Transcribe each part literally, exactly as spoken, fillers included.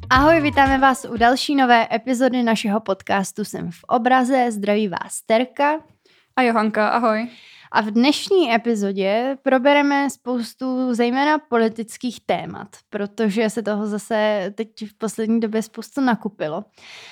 Ahoj, vítáme vás u další nové epizody našeho podcastu Jsem v obraze. Zdraví vás Terka a Johanka, ahoj. A v dnešní epizodě probereme spoustu zejména politických témat, protože se toho zase teď v poslední době spoustu nakupilo.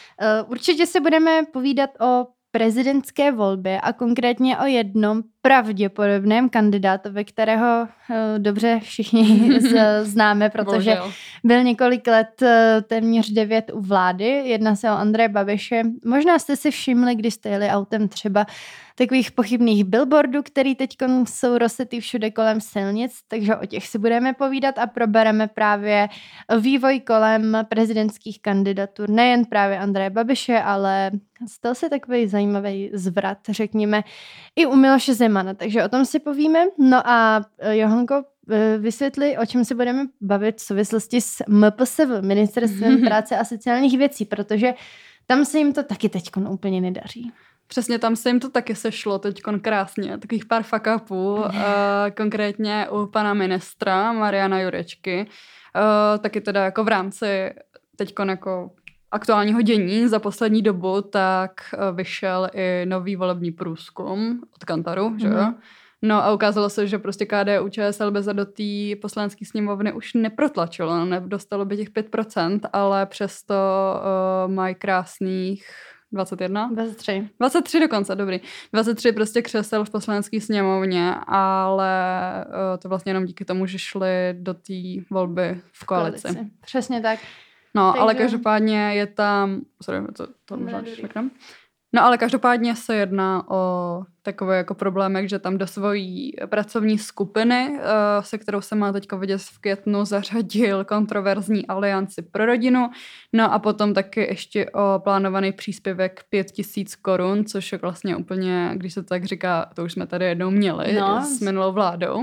Určitě se budeme povídat o prezidentské volbě a konkrétně o jednom pravděpodobném kandidátovi, kterého uh, dobře všichni z, známe, protože Božel. byl několik let, uh, téměř devět u vlády. Jedná se o Andreje Babiše. Možná jste si všimli, když jste jeli autem třeba takových pochybných billboardů, který teď jsou rozsetý všude kolem silnic, takže o těch si budeme povídat a probereme právě vývoj kolem prezidentských kandidatur. Nejen právě Andreje Babiše, ale stal se takový zajímavý zvrat, řekněme, i u Miloše Zemana, takže o tom si povíme. No a Johanko, vysvětli, o čem se budeme bavit v souvislosti s M P S V, Ministerstvem práce a sociálních věcí, protože tam se jim to taky teďkon úplně nedaří. Přesně, tam se jim to taky sešlo teďkon krásně, takových pár fuck upů, uh, konkrétně u pana ministra Mariana Jurečky, uh, taky teda jako v rámci teďkon jako aktuálního dění za poslední dobu, tak uh, vyšel i nový volební průzkum od Kantaru, mm-hmm. že jo? No a ukázalo se, že prostě K D U Č S L bez do té poslanecké sněmovny už neprotlačilo, nedostalo by těch pět procent, ale přesto uh, mají krásných dvacet jedna? dvacet tři. dvacet tři dokonce, dobrý. dvacet tři prostě křesel v poslanecké sněmovně, ale uh, to vlastně jenom díky tomu, že šli do té volby v koalici. koalici. Přesně tak. No, Takže... ale každopádně je tam... Sorry, to, to možná šleknem. No, ale každopádně se jedná o takové jako problémek, že tam do svojí pracovní skupiny, se kterou se má teďko vidět v květnu, zařadil kontroverzní alianci pro rodinu. No a potom taky ještě o plánovaný příspěvek pět tisíc korun, což je vlastně úplně, když se to tak říká, to už jsme tady jednou měli no. s minulou vládou.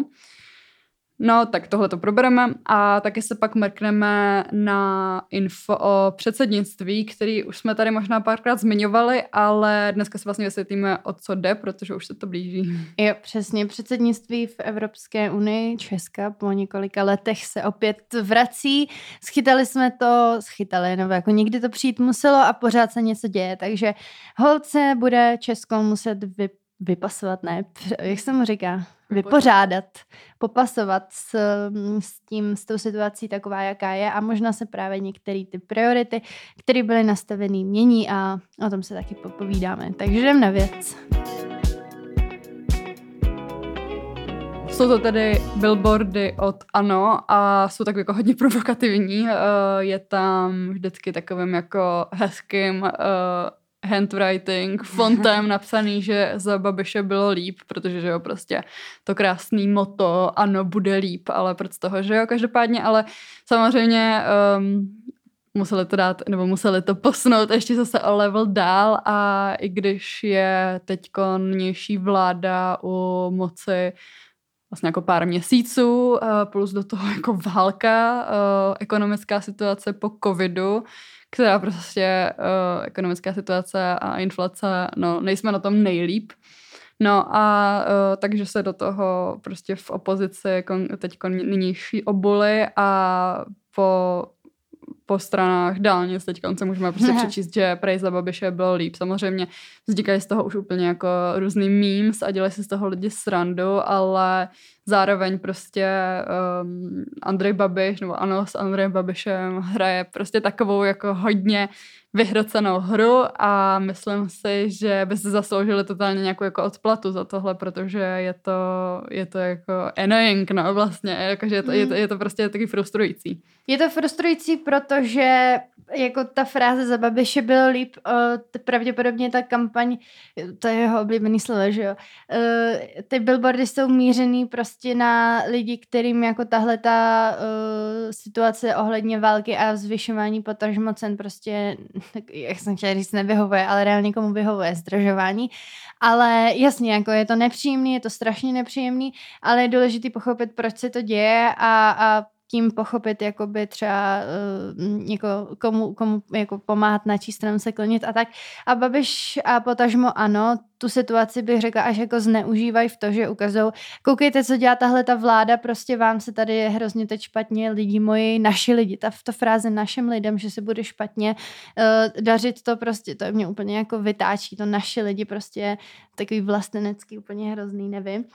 No, tak tohle to probereme a taky se pak mrkneme na info o předsednictví, který už jsme tady možná párkrát zmiňovali, ale dneska se vlastně vysvětlíme, o co jde, protože už se to blíží. Jo, přesně. Předsednictví v Evropské unii Česka po několika letech se opět vrací. Schytali jsme to, schytali, nebo jako nikdy to přijít muselo a pořád se něco děje, takže holce bude Česko muset vy, vypasovat, ne, jak se mu říká? Vypořádat, popasovat s, s tím, s tou situací taková, jaká je a možná se právě některé ty priority, které byly nastavené, mění a o tom se taky popovídáme. Takže jdem na věc. Jsou to tedy billboardy od ANO a jsou tak jako hodně provokativní. Je tam vždycky takovým jako hezkým handwriting, fontem napsaný, že za Babiše bylo líp, protože že jo, prostě to krásný motto, ano, bude líp, ale proč z toho, že jo, každopádně, ale samozřejmě um, museli to dát, nebo museli to posunout ještě zase o level dál a i když je teďko nynější vláda u moci vlastně jako pár měsíců, plus do toho jako válka, ekonomická situace po covidu, která prostě uh, ekonomická situace a inflace, no nejsme na tom nejlíp. No a uh, takže se do toho prostě v opozici kon, teďko nynější obuly a po, po stranách dálnic teďka se můžeme prostě přečíst, že prej za Babiše bylo líp. Samozřejmě vznikají z toho už úplně jako různý memes a dělají si z toho lidi srandu, ale zároveň prostě um, Andrej Babiš, nebo ano, s Andrejem Babišem hraje prostě takovou jako hodně vyhrocenou hru a myslím si, že by se zasloužili totálně nějakou jako odplatu za tohle, protože je to, je to jako annoying, no vlastně, jakože je to, mm. je to, je to prostě taky frustrující. Je to frustrující, protože jako ta fráze za Babiše bylo líp, uh, pravděpodobně ta kampaň, to je jeho oblíbený slovo, že jo, uh, ty billboardy jsou mířený prostě na lidi, kterým jako tahle ta uh, situace ohledně války a zvyšování potažmo cen prostě, jak jsem chtěla říct, nevyhovuje, ale reálně komu vyhovuje zdražování. Ale jasně, jako je to nepříjemný, je to strašně nepříjemný, ale je důležitý pochopit, proč se to děje a, a tím pochopit jakoby třeba uh, jako, komu, komu jako pomáhat, na čí stranu se klonit a tak. A Babiš a potažmo ANO tu situaci bych řekla až jako zneužívají v to, že ukazují, koukejte, co dělá tahle ta vláda, prostě vám se tady je hrozně teď špatně, lidi moji, naši lidi, ta, ta fráze našim lidem, že se bude špatně uh, dařit to prostě, to mě úplně jako vytáčí, to naši lidi prostě takový vlastenecký, úplně hrozný, nevím.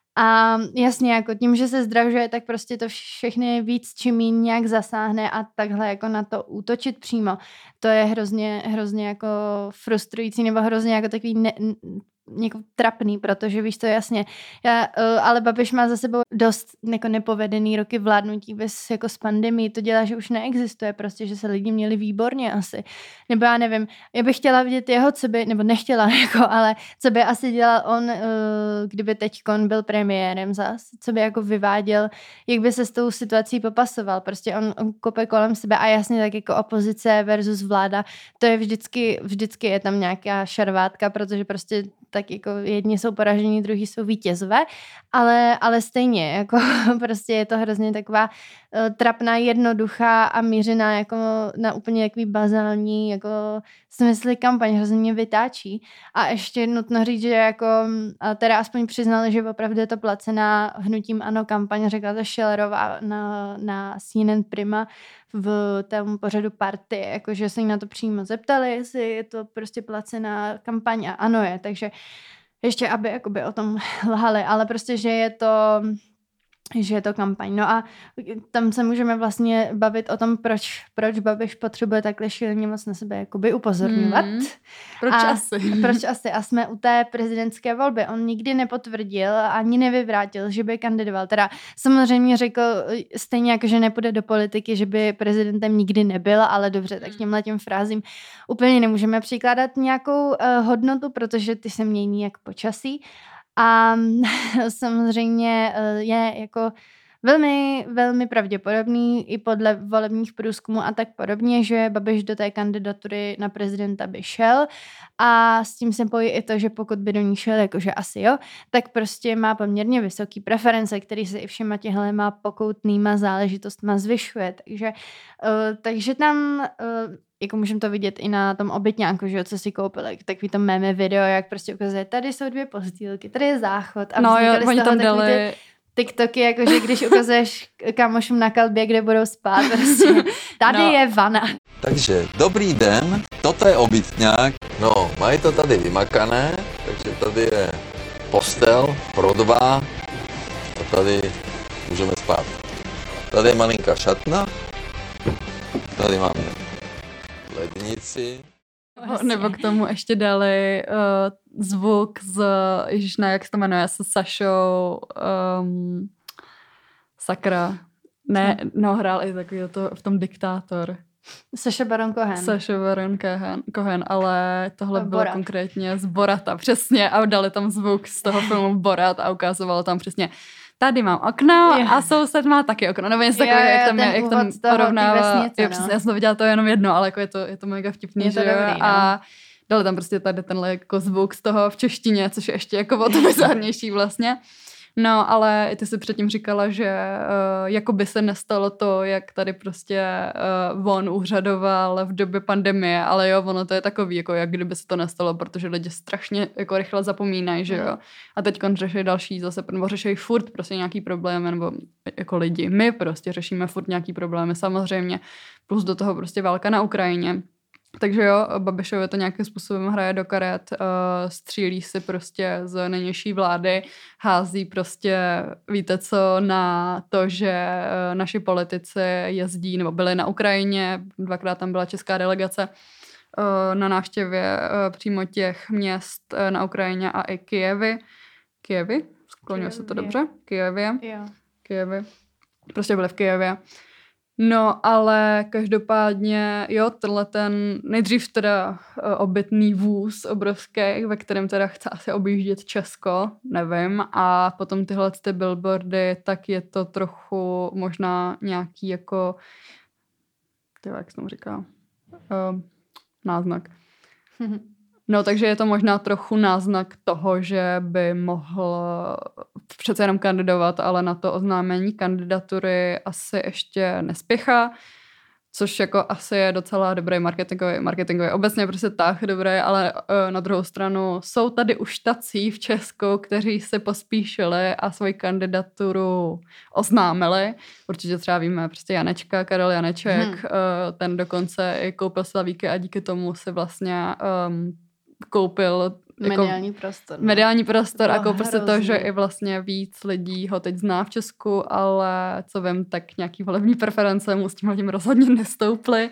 A jasně, jako tím, že se zdražuje, tak prostě to všechny víc či míň nějak zasáhne a takhle jako na to útočit přímo. To je hrozně, hrozně jako frustrující nebo hrozně jako takový ne, jako trapný, protože víš to jasně. Já, uh, ale Babiš má za sebou dost jako nepovedený roky vládnutí bez jako s pandemií. To dělá, že už neexistuje prostě, že se lidi měli výborně asi. Nebo já nevím, já bych chtěla vidět jeho, co by, nebo nechtěla, jako, ale co by asi dělal on, uh, kdyby teďkon byl premiérem zas, co by jako vyváděl, jak by se s tou situací popasoval. Prostě on, on kope kolem sebe a jasně tak jako opozice versus vláda, to je vždycky, vždycky je tam nějaká šarvátka, protože prostě tak jako jedni jsou poražení, druhý jsou vítězové, ale, ale stejně, jako prostě je to hrozně taková uh, trapná, jednoduchá a mířená jako na úplně jaký bazální jako smysly kampaň, hrozně mě vytáčí. A ještě nutno říct, že jako teda aspoň přiznali, že opravdu je to placená hnutím ANO kampaň, řekla to Schillerová na, na C N N Prima v tom pořadu Party, jakože se jí na to přímo zeptali, jestli je to prostě placená kampaň a ano je, takže ještě aby jakoby o tom lhali, ale prostě, že je to že je to kampaň. No a tam se můžeme vlastně bavit o tom, proč, proč Babiš potřebuje takhle šíleně moc na sebe jakoby upozorňovat. Hmm. Proč a, asi? Proč asi? A jsme u té prezidentské volby. On nikdy nepotvrdil, ani nevyvrátil, že by kandidoval. Teda samozřejmě řekl stejně jako, že nepůjde do politiky, že by prezidentem nikdy nebyl, ale dobře, tak těmhle těm frázím úplně nemůžeme přikládat nějakou uh, hodnotu, protože ty se mění jak počasí. A samozřejmě je jako velmi, velmi pravděpodobný i podle volebních průzkumů a tak podobně, že Babiš do té kandidatury na prezidenta by šel a s tím se pojí i to, že pokud by do ní šel, jakože asi jo, tak prostě má poměrně vysoký preference, který se i všema těhlema pokoutnýma záležitostma zvyšuje. Takže, uh, takže tam... Uh, jako můžeme to vidět i na tom obytňánku, že jo, co si koupili, takový to meme video, jak prostě ukazuje, tady jsou dvě postýlky, tady je záchod a no jo, oni tam dali ty TikToky, jakože když ukazuješ kamošům na kalbě, kde budou spát, prostě tady no. je vana. Takže dobrý den, toto je obytňák, no mají to tady vymakané, takže tady je postel pro dva a tady můžeme spát. Tady je malinká šatna, tady máme lednici. Vlastně. Nebo k tomu ještě dali uh, zvuk z, ježišná, jak se to jmenuje, se Sašou, um, sakra, ne, no hrál i takový to v tom Diktátor. Saša Baron Cohen. Saša Baron Cohen, Cohen ale tohle a bylo Borat. konkrétně z Borata, přesně, a dali tam zvuk z toho filmu Borat a ukázalo tam přesně tady mám okno yeah. a soused má taky okno. Nebo něco takového, jak tam, jak tam porovnává. Vesnice, jo, přesně, no. Já jsem to viděla to jenom jedno, ale jako je to, je to mega vtipný, je to že dobrý, jo. No. A dali tam prostě tady tenhle jako zvuk z toho v češtině, což je ještě jako o to bizarnější vlastně. No, ale ty jsi předtím říkala, že uh, jako by se nestalo to, jak tady prostě uh, on úřadoval v době pandemie, ale jo, ono to je takový, jako jak kdyby se to nestalo, protože lidi strašně jako rychle zapomínají, že jo. A teď řeší další zase, nebo řeší furt prostě nějaký problémy, nebo jako lidi, my prostě řešíme furt nějaký problémy, samozřejmě, plus do toho prostě válka na Ukrajině. Takže jo, Babišovi to nějakým způsobem hraje do karet, uh, střílí si prostě z nynější vlády, hází prostě, víte co, na to, že uh, naši politici jezdí, nebo byli na Ukrajině, dvakrát tam byla česká delegace uh, na návštěvě uh, přímo těch měst uh, na Ukrajině a i Kyjevy. Kyjevy? Skloňuje se to dobře? Kyjevě. Jo. Kyjevy. Prostě byli v Kyjevě. No, ale každopádně, jo, tenhle ten nejdřív teda uh, obytný vůz obrovský, ve kterém teda chce asi objíždět Česko, nevím, a potom tyhle ty billboardy, tak je to trochu možná nějaký jako, tyhle, jak se tomu říká, uh, náznak. No, takže je to možná trochu náznak toho, že by mohl přece jenom kandidovat, ale na to oznámení kandidatury asi ještě nespěchá, což jako asi je docela dobrý marketingový, marketingový obecně prostě tak dobrý, ale uh, na druhou stranu jsou tady už tací v Česku, kteří se pospíšili a svoji kandidaturu oznámili. Určitě třeba víme prostě Janečka, Karel Janeček, hmm. uh, ten dokonce i koupil slavíky a díky tomu si vlastně um, koupil jako mediální prostor. No. Mediální prostor a koupil hrozný. se to, že i vlastně víc lidí ho teď zná v Česku, ale co vím, tak nějaký volební preference mu s tím tím rozhodně nestouply,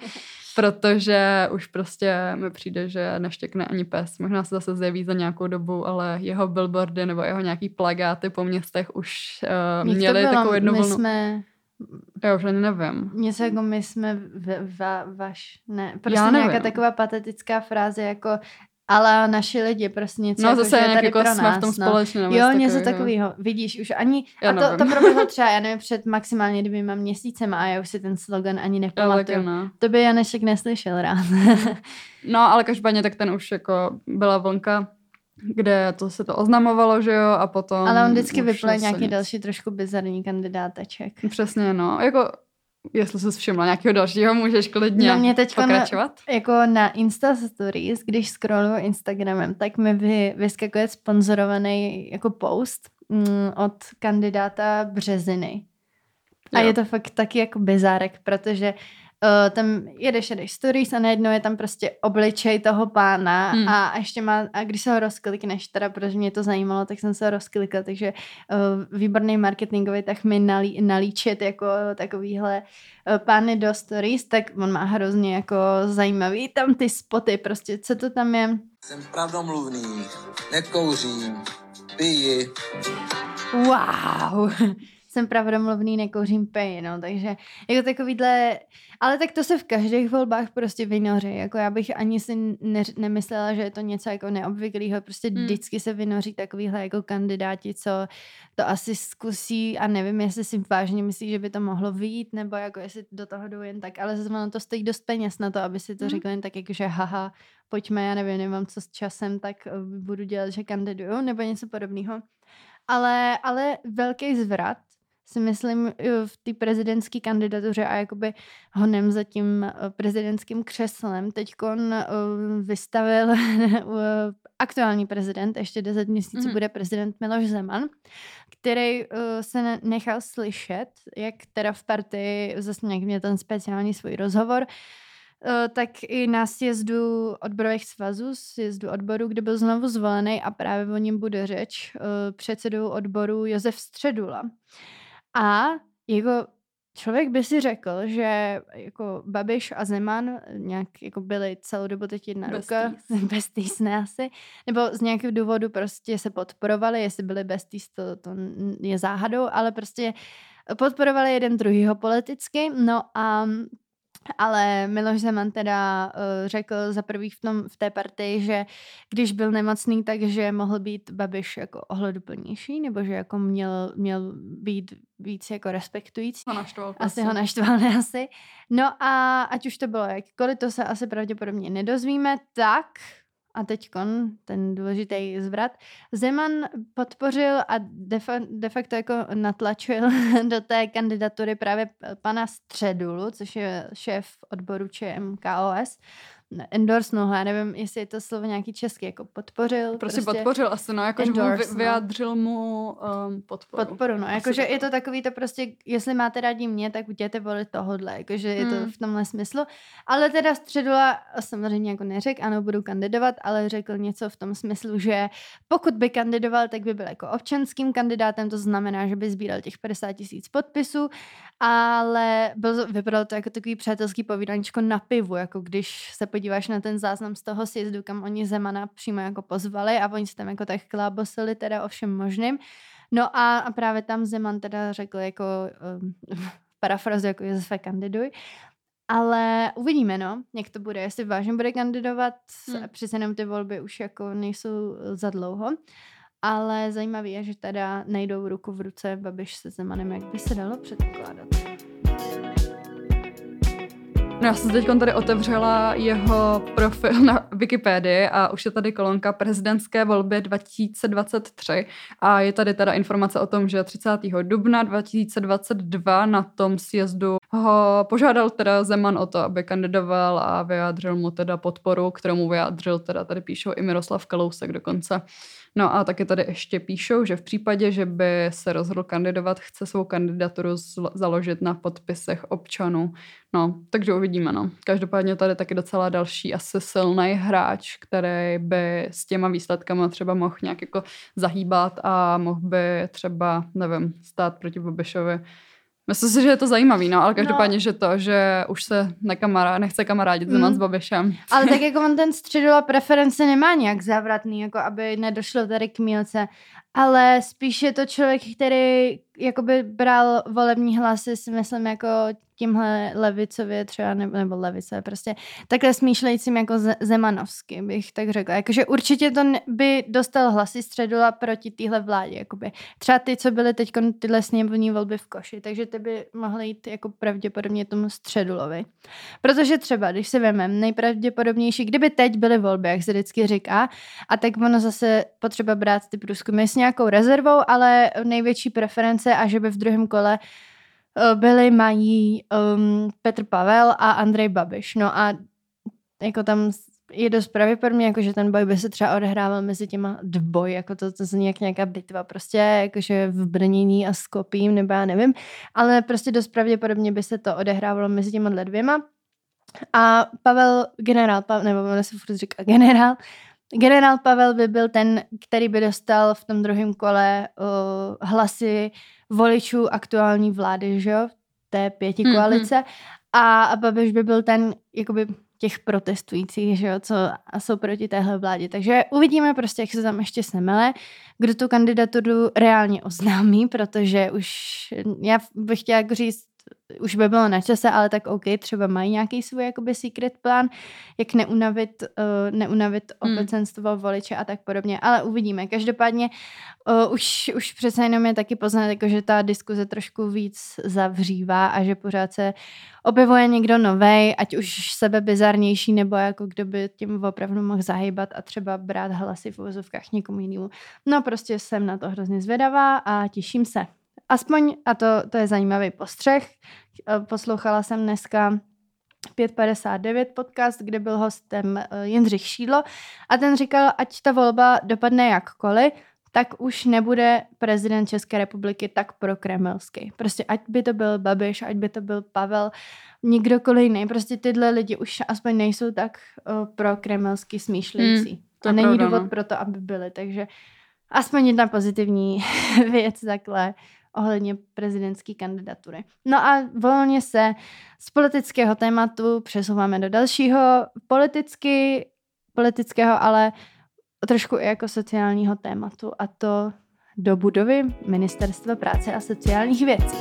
protože už prostě mi přijde, že neštěkne ani pes. Možná se zase zjeví za nějakou dobu, ale jeho billboardy nebo jeho nějaký plagáty po městech už uh, měly takovou jednu my vlnu. Jsme... Já už ani nevím. Něco jako my jsme v, va, vaš, ne, prostě Já nějaká nevím. taková patetická fráze jako ale naši lidi, prostě něco no, jako, zase že nějak tady jako pro jsme nás. v tom no. společně. Jo, něco takového. Vidíš, už ani, Já a to, nevím. to proběhlo třeba, já nevím, před maximálně dvěma měsícema a já už si ten slogan ani nepamatuju. No. To by Janešek neslyšel rád. No, ale každopádně tak ten už jako byla vlnka, kde to se to oznamovalo, že jo, a potom... Ale on vždycky už vypluje zase nějaký nic. další trošku bizarní kandidáteček. Přesně, no. Jako, jestli jsi všimla nějakého dalšího, můžeš klidně no, mě teďko pokračovat. Na, jako na Insta Stories, když scrolluju Instagramem, tak mi vy, vyskakuje sponzorovaný jako post mm, od kandidáta Březiny. A Jo. je to fakt taky jako bizárek, protože uh, tam jedeš, jedeš stories a najednou je tam prostě obličej toho pána Hmm. a ještě má, a když se ho rozklikneš, teda protože mě to zajímalo, tak jsem se ho rozklikla, takže uh, výborný marketingový tak mi nalí, nalíčit jako takovýhle uh, pány do stories, tak on má hrozně jako zajímavý tam ty spoty, prostě co to tam je. Jsem pravdomluvný, nekouřím, piji. Wow, jsem pravdomluvný, nekouřím pej, no, takže jako takovýhle, ale tak to se v každých volbách prostě vynoří, jako já bych ani si ne, nemyslela, že je to něco jako neobvyklého, prostě Hmm. vždycky se vynoří takovýhle jako kandidáti, co to asi zkusí a nevím, jestli si vážně myslí, že by to mohlo vyjít, nebo jako jestli do toho jdou jen tak, ale zase ono to stojí dost peněz na to, aby si to Hmm. řekli jen tak, jakože haha, pojďme, já nevím, nemám co s časem, tak uh, budu dělat, že kandiduju, nebo něco podobného. Ale, ale velký zvrat si myslím v té prezidentské kandidatuře a jakoby honem za tím prezidentským křeslem teďkon vystavil aktuální prezident, ještě deset měsíců Mhm. bude prezident Miloš Zeman, který se nechal slyšet, jak teda v partii, zase nějak měl ten speciální svůj rozhovor, tak i na sjezdu odborových svazů, sjezdu odborů, kde byl znovu zvolený a právě o něm bude řeč, předsedou odboru Josef Středula. A jako člověk by si řekl, že jako Babiš a Zeman nějak jako byli celou dobu teď jedna ruka, besties ne asi, nebo z nějakého důvodu prostě se podporovali, jestli byli besties, to, to je záhadou, ale prostě podporovali jeden druhýho politicky, no a ale Miloš Zeman teda uh, řekl za prvý v, tom, v té partii, že když byl nemocný, takže mohl být Babiš jako ohleduplnější, nebo že jako měl, měl být víc jako respektující. Ho naštval. Asi prostě. ho naštval, ne asi. No a ať už to bylo jakkoliv, to se asi pravděpodobně nedozvíme, tak a teďkon ten důležitý zvrat. Zeman podpořil a de, fa- de facto jako natlačil do té kandidatury právě pana Středulu, což je šéf odboru ČMKOS. Endorsnul ho, já nevím, jestli je to slovo nějaký český, jako podpořil. Prostě, prostě podpořil asi, no, jakože mu endorse, vy, no. vyjádřil mu um, podporu. Podporu, no, jakože je to takový to prostě, jestli máte rádi mě, tak jděte volit tohodle, jakože je to Hmm. v tomhle smyslu. Ale teda Středula samozřejmě jako neřekl, ano, budu kandidovat, ale řekl něco v tom smyslu, že pokud by kandidoval, tak by byl jako občanským kandidátem, to znamená, že by sbíral těch padesát tisíc podpisů, ale byl, vypadalo to jako takový přátelský povídaníčko na pivu, jako když se podíváš na ten záznam z toho sjezdu, kam oni Zemana přímo jako pozvali a oni se tam jako tak klábosili teda o všem možným. No a, a právě tam Zeman teda řekl jako um, parafrazu jako Josefe kandiduj. Ale uvidíme, no, jak to bude, jestli vážně bude kandidovat, Hmm. přece jenom ty volby už jako nejsou za dlouho. Ale zajímavé je, že teda najdou ruku v ruce Babiš se Zemanem, jak by se dalo předpokládat. No já jsem teď tady otevřela jeho profil na Wikipedii a už je tady kolonka prezidentské volby dva tisíce dvacet tři a je tady teda informace o tom, že třicátého dubna dva tisíce dvacet dva na tom sjezdu ho požádal teda Zeman o to, aby kandidoval a vyjádřil mu teda podporu, kterou mu vyjádřil teda tady píšou i Miroslav Kalousek dokonce. No a taky tady ještě píšou, že v případě, že by se rozhodl kandidovat, chce svou kandidaturu zl- založit na podpisech občanů. No, takže uvidíme, no. Každopádně tady taky docela další asi silný hráč, který by s těma výsledkama třeba mohl nějak jako zahýbat a mohl by třeba, nevím, stát proti Babišovi. Myslím si, že je to zajímavý, no, ale každopádně, no. že to, že už se nekamara, nechce kamarádit mm. Zeman s Babišem. Ale tak jako on ten středula preference nemá nějak závratný, jako aby nedošlo tady k mílce, ale spíš je to člověk, který jakoby bral volební hlasy, si myslím, jako tímhle levicově třeba, nebo, nebo levice, prostě takhle smýšlejícím jako zemanovsky, bych tak řekla. Jakože určitě to by dostal hlasy středula proti téhle vládě, jakoby. Třeba ty, co byly teď tyhle sněmovní volby v koši, takže ty by mohly jít jako pravděpodobně tomu středulovi. Protože třeba, když si vememe, nejpravděpodobnější, kdyby teď byly volby, jak se vždycky říká, a tak ono zase potřeba brát ty průzkumy s nějakou rezervou, ale největší preference a že by v druhém kole byli mají um, Petr Pavel a Andrej Babiš. No a jako tam je dost pravděpodobně, jako že ten boj by se třeba odehrával mezi těma dvoj, jako to, to zní jak nějaká bitva, prostě jakože v Brnění a Skopím, nebo já nevím, ale prostě dost pravděpodobně by se to odehrávalo mezi těma dvěma. A Pavel, generál, Pavel, nebo ono se furt říká generál, generál Pavel by byl ten, který by dostal v tom druhém kole uh, hlasy voličů aktuální vlády, že jo, té pěti koalice. Mm-hmm. A, a Babiš by byl ten, jakoby těch protestujících, že jo, co jsou proti téhle vládě. Takže uvidíme prostě, jak se tam ještě semele, kdo tu kandidaturu reálně oznámí, protože už, já bych chtěla jako říct, už by bylo na čase, ale tak OK, třeba mají nějaký svůj jakoby secret plán, jak neunavit, uh, neunavit hmm. obecenstvo voliče a tak podobně, ale uvidíme. Každopádně uh, už, už přece jenom je taky poznat, jako, že ta diskuze trošku víc zavřívá a že pořád se objevuje někdo novej, ať už sebebizarnější, nebo jako kdo by tím opravdu mohl zahýbat a třeba brát hlasy v uvozovkách někomu jinému. No prostě jsem na to hrozně zvědavá a těším se. Aspoň, a to, to je zajímavý postřeh, poslouchala jsem dneska pět padesát devět podcast, kde byl hostem Jindřich Šídlo a ten říkal, ať ta volba dopadne jakkoliv, tak už nebude prezident České republiky tak prokremelský. Prostě ať by to byl Babiš, ať by to byl Pavel, nikdokoliv jiný. Prostě tyhle lidi už aspoň nejsou tak uh, prokremelsky smýšlející. Hmm, a není pravda, důvod no. pro to, aby byli. Takže aspoň jedna pozitivní věc takhle ohledně prezidentské kandidatury. No a volně se z politického tématu přesouváme do dalšího politicky, politického, ale trošku i jako sociálního tématu, a to do budovy Ministerstva práce a sociálních věcí.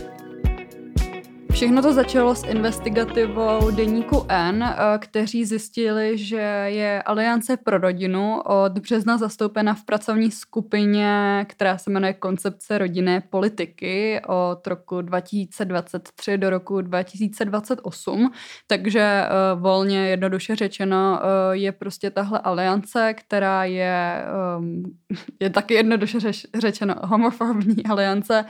Všechno to začalo s investigativou deníku N, kteří zjistili, že je Aliance pro rodinu od března zastoupena v pracovní skupině, která se jmenuje Koncepce rodinné politiky od roku dva tisíce dvacet tři do roku dva tisíce dvacet osm. Takže uh, volně jednoduše řečeno uh, je prostě tahle aliance, která je, um, je taky jednoduše řeč, řečeno homofobní aliance,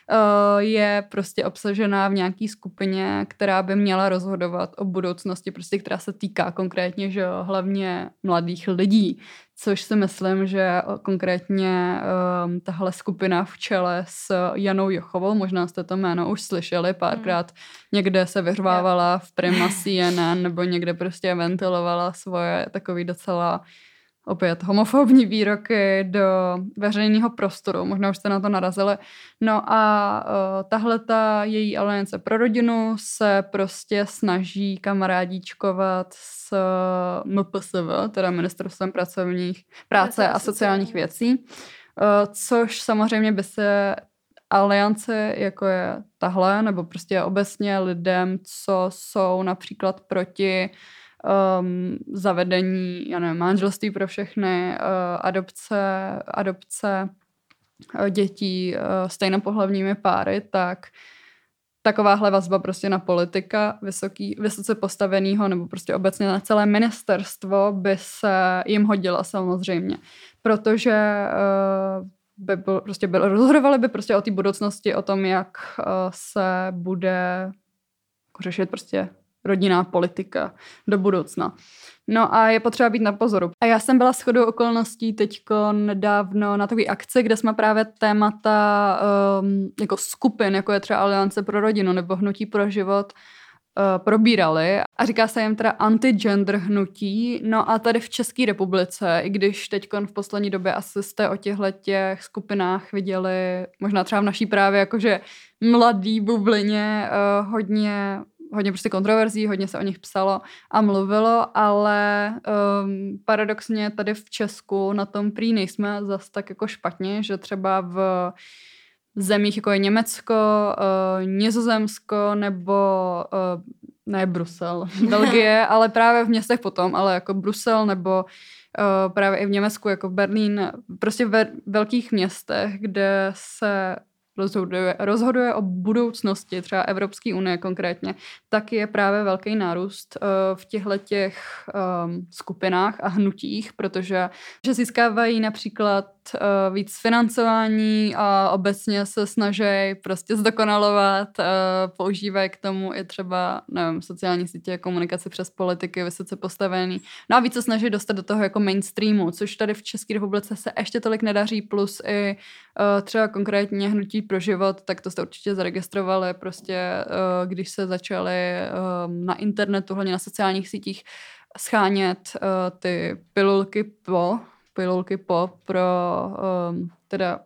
je prostě obsažená v nějaký skupině, která by měla rozhodovat o budoucnosti, prostě která se týká konkrétně, že hlavně mladých lidí, což si myslím, že konkrétně um, tahle skupina v čele s Janou Jochovou, možná jste to jméno už slyšeli párkrát, hmm. někde se vyřvávala v Prima C N N nebo někde prostě ventilovala svoje takový docela opět homofobní výroky do veřejného prostoru. Možná už jste na to narazili. No a uh, tahleta její aliance pro rodinu se prostě snaží kamarádíčkovat s uh, M P S V, teda Ministerstvem pracovních práce a sociálních věcí, uh, což samozřejmě by se aliance, jako je tahle, nebo prostě obecně lidem, co jsou například proti Um, zavedení, já nevím, manželství pro všechny, uh, adopce, adopce uh, dětí uh, stejnopohlavními páry, tak takováhle vazba prostě na politika vysoký, vysoce postavenýho nebo prostě obecně na celé ministerstvo by se jim hodila samozřejmě. Protože uh, by byl, prostě byl, rozhodovali by prostě o té budoucnosti, o tom, jak uh, se bude řešit prostě rodinná politika do budoucna. No a je potřeba být na pozoru. A já jsem byla shodou okolností teďko nedávno na takové akci, kde jsme právě témata um, jako skupin, jako je třeba Aliance pro rodinu nebo Hnutí pro život, uh, probírali. A říká se jim teda anti-gender hnutí. No a tady v České republice, i když teďko v poslední době asi jste o těchto těch skupinách viděli, možná třeba v naší právě jakože mladý bublině uh, hodně hodně prostě kontroverzí, hodně se o nich psalo a mluvilo, ale um, paradoxně tady v Česku na tom prý nejsme zas tak jako špatně, že třeba v zemích jako je Německo, uh, Nizozemsko nebo uh, ne Brusel, Belgie, ale právě v městech potom, ale jako Brusel nebo uh, právě i v Německu, jako v Berlín, prostě ve velkých městech, kde se Rozhoduje, rozhoduje o budoucnosti třeba Evropské unie konkrétně, tak je právě velký nárůst uh, v těchto těch um, skupinách a hnutích, protože že získávají například uh, víc financování a obecně se snaží prostě zdokonalovat, uh, používají k tomu i třeba, nevím, sociální sítě, komunikaci přes politiky, vysoce postavený. No a víc se snaží dostat do toho jako mainstreamu, což tady v České republice se ještě tolik nedaří, plus i uh, třeba konkrétně Hnutí pro život, tak to jste určitě zaregistrovali, prostě uh, když se začaly uh, na internetu, hlavně na sociálních sítích, schánět uh, ty pilulky po, pilulky po pro um, teda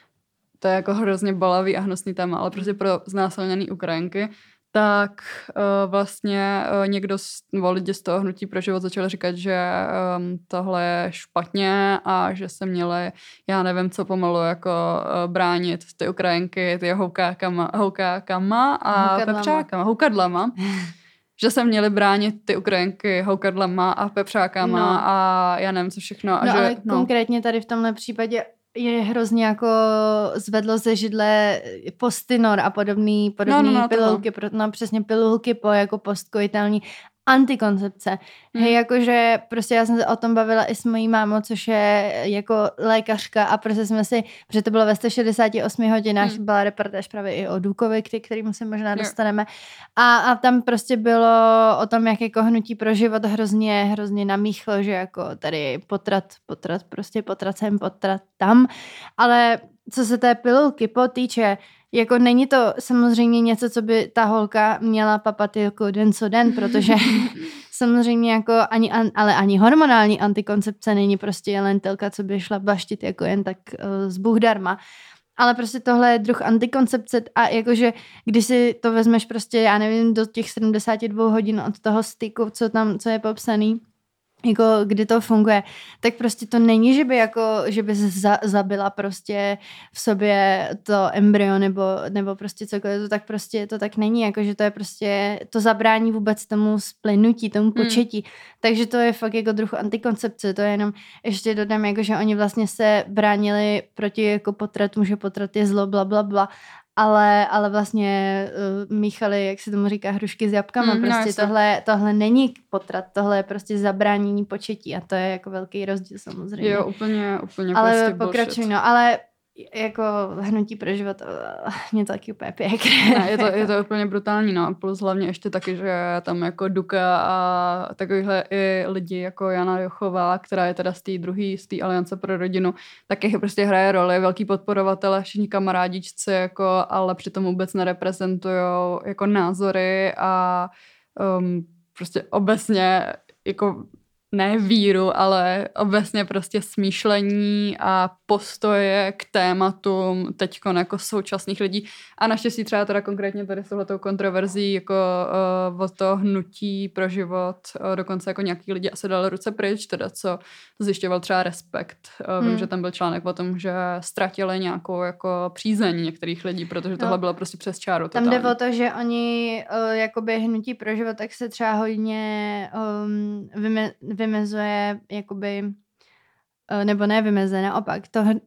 to je jako hrozně bolavý a hnusný téma, ale prostě pro znásilněný Ukrajinky, tak uh, vlastně uh, někdo, z, nebo lidi z toho Hnutí pro život začali říkat, že um, tohle je špatně a že se měli, já nevím, co pomalu jako uh, bránit ty Ukrajinky, ty houkákama, houkákama a Houkadlama. pepřákama, houkadlama. Že se měli bránit ty Ukrajinky houkadlama a pepřákama no. a já nevím, co všechno. A no že, ale no. konkrétně tady v tomhle případě je hrozně jako zvedlo ze židle Postinor a podobný, podobný no, no, no, pilulky, pro, no přesně pilulky po jako postkoitální antikoncepce. Hmm. Hej, jakože prostě já jsem se o tom bavila i s mojí mámou, což je jako lékařka a prostě jsme si, protože to bylo ve sto šedesát osm hodinách, hmm. byla reportáž právě i o Důkovi, k kterému se možná dostaneme. A, a tam prostě bylo o tom, jak jako Hnutí pro život hrozně, hrozně namíchlo, že jako tady potrat, potrat, prostě potrat sem, potrat tam. Ale co se té pilulky potýče, jako není to samozřejmě něco, co by ta holka měla papat jako den co den, protože samozřejmě jako ani, ale ani hormonální antikoncepce není prostě lentilka, co by šla baštit jako jen tak uh, z Bůh darma. Ale prostě tohle je druh antikoncepce a jakože když si to vezmeš prostě, já nevím, do těch sedmdesát dva hodin od toho styku, co tam, co je popsaný, jako kdy to funguje, tak prostě to není, že by jako, že by za, zabila prostě v sobě to embryo nebo, nebo prostě cokoliv, to tak prostě to tak není, jako že to je prostě, to zabrání vůbec tomu splynutí, tomu početí, hmm. takže to je fakt jako druh antikoncepce, to je jenom, ještě dodám, jako že oni vlastně se bránili proti jako potratu, že potrat je zlo, bla, bla, bla, Ale, ale vlastně uh, míchali, jak se tomu říká, hrušky s jabkama. Mm, prostě no, tohle, tohle není potrat, tohle je prostě zabránění početí a to je jako velký rozdíl samozřejmě. Jo, úplně, úplně ale prostě pokračuj, no, ale jako Hnutí pro život uh, mě to taky úplně pěkné. Ne, je, to, je to úplně brutální, no. Plus hlavně ještě taky, že tam jako Duka a takovýhle i lidi jako Jana Jochová, která je teda z té druhé, z té Aliance pro rodinu, taky prostě hraje roli, velký podporovatele, všichni kamarádičci, jako, ale přitom vůbec nereprezentujou jako názory a um, prostě obecně jako ne víru, ale obecně prostě smýšlení a postoje k tématům teďko jako současných lidí. A naštěstí třeba teda konkrétně tady s tohletou kontroverzí jako uh, od toho Hnutí pro život, uh, dokonce jako nějaký lidi asi dali ruce pryč, teda co zjišťoval třeba Respekt. Uh, hmm. Vím, že tam byl článek o tom, že ztratili nějakou jako přízeň některých lidí, protože tohle no. bylo prostě přes čáru. Tam totálně. jde o to, že oni uh, jakoby Hnutí pro život, tak se třeba hodně um, vyme, vymezuje jakoby, nebo ne vymeze, naopak. To,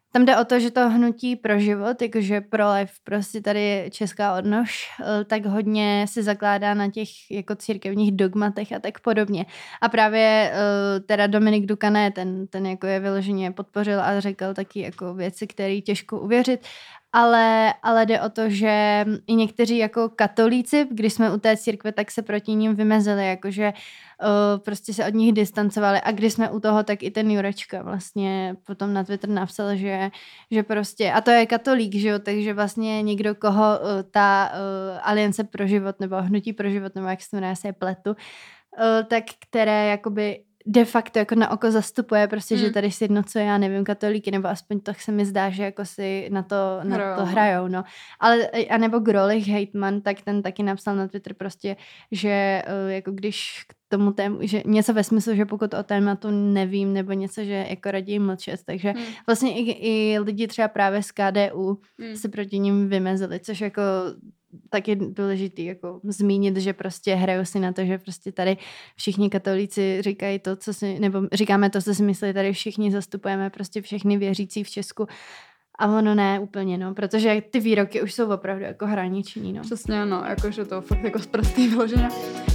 tam jde o to, že to hnutí pro život, jakože pro life, prostě tady je česká odnož, tak hodně se zakládá na těch jako církevních dogmatech a tak podobně. A právě teda Dominik Dukané, ten, ten jako je vyloženě podpořil a řekl taky jako věci, které těžko uvěřit. Ale, ale jde o to, že i někteří jako katolíci, když jsme u té církve, tak se proti ním vymezili, jakože uh, prostě se od nich distancovali. A když jsme u toho, tak i ten Jurečka vlastně potom na Twitter napsal, že, že prostě, a to je katolík, že jo, takže vlastně někdo, koho uh, ta uh, Aliance pro život, nebo Hnutí pro život, nebo jak se to jmenuje, se je pletu, uh, tak které jakoby de facto jako na oko zastupuje prostě, mm. že tady sjednocuje, já nevím, katolíky, nebo aspoň to se mi zdá, že jako si na to, na hrajou. to hrajou, no. Ale, a nebo Grolich hejtman, tak ten taky napsal na Twitter prostě, že jako když k tomu tému, že něco ve smyslu, že pokud o tématu nevím, nebo něco, že jako raději mlčet, takže mm. vlastně i, i lidi třeba právě z K D U mm. se proti ním vymezili, což jako tak je důležitý jako zmínit, že prostě hrajou si na to, že prostě tady všichni katolíci říkají to, co si, nebo říkáme to, co si myslí, tady všichni zastupujeme prostě všechny věřící v Česku. A ono ne úplně, no, protože ty výroky už jsou opravdu jako hraniční, no. Přesně, no, jakože to fakt jako zprostý vyloženě.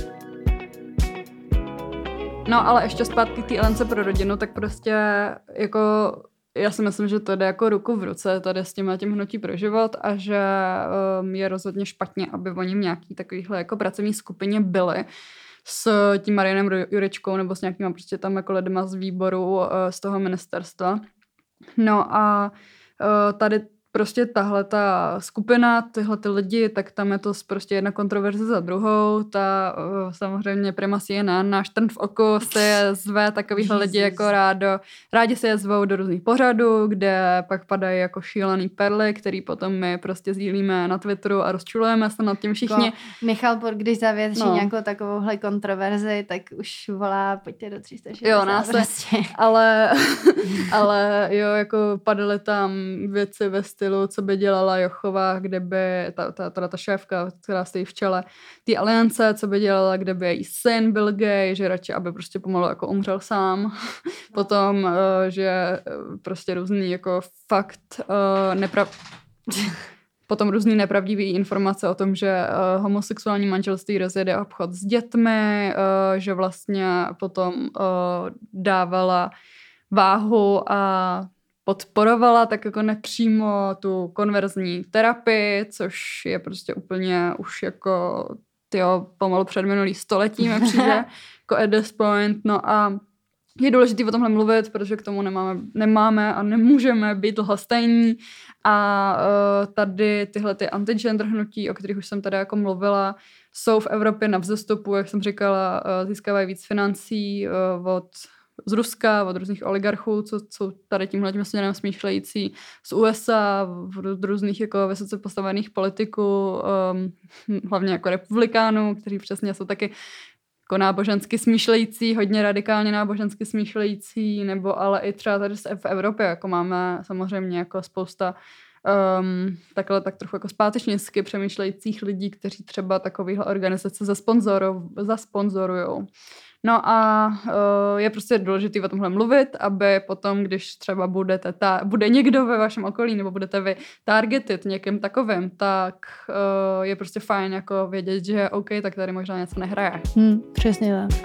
No, ale ještě zpátky k té Aliance pro rodinu, tak prostě jako já si myslím, že to jde jako ruku v ruce tady s tím, tím Hnutí pro život a že um, je rozhodně špatně, aby oni v nějaký takovýhle jako pracovní skupině byli s tím Marianem Jurečkou nebo s nějakýma prostě tam jako lidma z výboru uh, z toho ministerstva. No a uh, tady prostě tahle ta skupina, tyhle ty lidi, tak tam je to prostě jedna kontroverze za druhou. Ta uh, samozřejmě Prima C N N, náš trn v oku, se je zve takovýhle lidi jako rádo. Rádi se je zvou do různých pořadů, kde pak padají jako šílený perly, který potom my prostě sdílíme na Twitteru a rozčulujeme se nad tím všichni. Jako Michal Bor, když zavěří no. nějakou takovouhle kontroverzi, tak už volá, pojďte do tři sta šedesát. Jo, nás prostě. ale, ale jo, jako padaly tam věci ve stylu, co by dělala Jochová, kde by ta, ta, ta, ta šéfka, která stojí v čele té aliance, co by dělala, kde by její syn byl gay, že radši, aby prostě pomalu jako umřel sám. Potom, uh, že prostě různý jako fakt uh, neprav... Potom různý nepravdivý informace o tom, že uh, homosexuální manželství rozjede obchod s dětmi, uh, že vlastně potom uh, dávala váhu a podporovala tak jako nepřímo tu konverzní terapii, což je prostě úplně už jako tyjo, pomalu předminulý století mi přijde, jako at this point. No a je důležité o tomhle mluvit, protože k tomu nemáme, nemáme a nemůžeme být lhostejní. A uh, tady tyhle ty anti-gender hnutí, o kterých už jsem tady jako mluvila, jsou v Evropě na vzestupu, jak jsem říkala, uh, získávají víc financí uh, od z Ruska, od různých oligarchů, co jsou tady tímhle tím směrem smýšlející, z U S A, od různých jako vysoce postavených politiků, um, hlavně jako republikánů, kteří přesně jsou taky jako nábožensky smýšlející, hodně radikálně nábožensky smýšlející, nebo ale i třeba tady v Evropě, jako máme samozřejmě jako spousta um, takhle tak trochu jako zpátečnicky přemýšlejících lidí, kteří třeba takovýhle organizace zasponzorujou. No a uh, je prostě důležité o tomhle mluvit, aby potom, když třeba budete ta, bude někdo ve vašem okolí, nebo budete vy targeted někým takovým, tak uh, je prostě fajn jako vědět, že OK, tak tady možná něco nehraje. Hmm, přesně tak.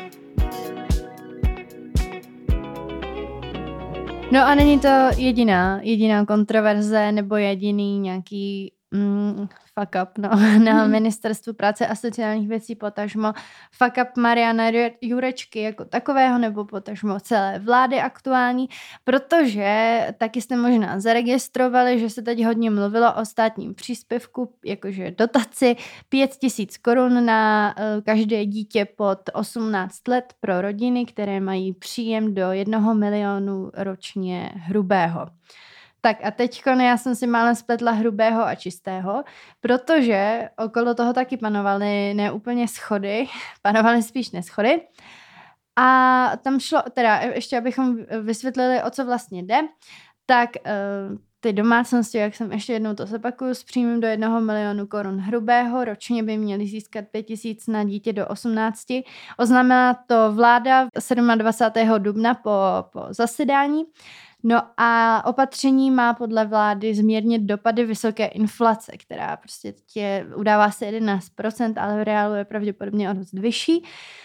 No a není to jediná, jediná kontroverze, nebo jediný nějaký mm, fuck up no, na hmm. Ministerstvu práce a sociálních věcí, potažmo fuck up Mariana Jurečky jako takového, nebo potažmo celé vlády aktuální, protože taky jste možná zaregistrovali, že se teď hodně mluvilo o státním příspěvku, jakože dotaci pět tisíc korun na uh, každé dítě pod osmnáct let pro rodiny, které mají příjem do jednoho milionu ročně hrubého. Tak a teďko já jsem si málem spletla hrubého a čistého, protože okolo toho taky panovaly neúplně schody, panovaly spíš neschody. A tam šlo, teda ještě abychom vysvětlili, o co vlastně jde, tak uh, ty domácnosti, jak jsem ještě jednou to zopakuju, s příjmem do jednoho milionu korun hrubého ročně by měly získat pět tisíc na dítě do osmnácti. Oznámila to vláda dvacátého sedmého dubna po, po zasedání. No a opatření má podle vlády zmírnit dopady vysoké inflace, která prostě tě udává se jedenáct procent, ale v reálu je pravděpodobně o dost vyšší.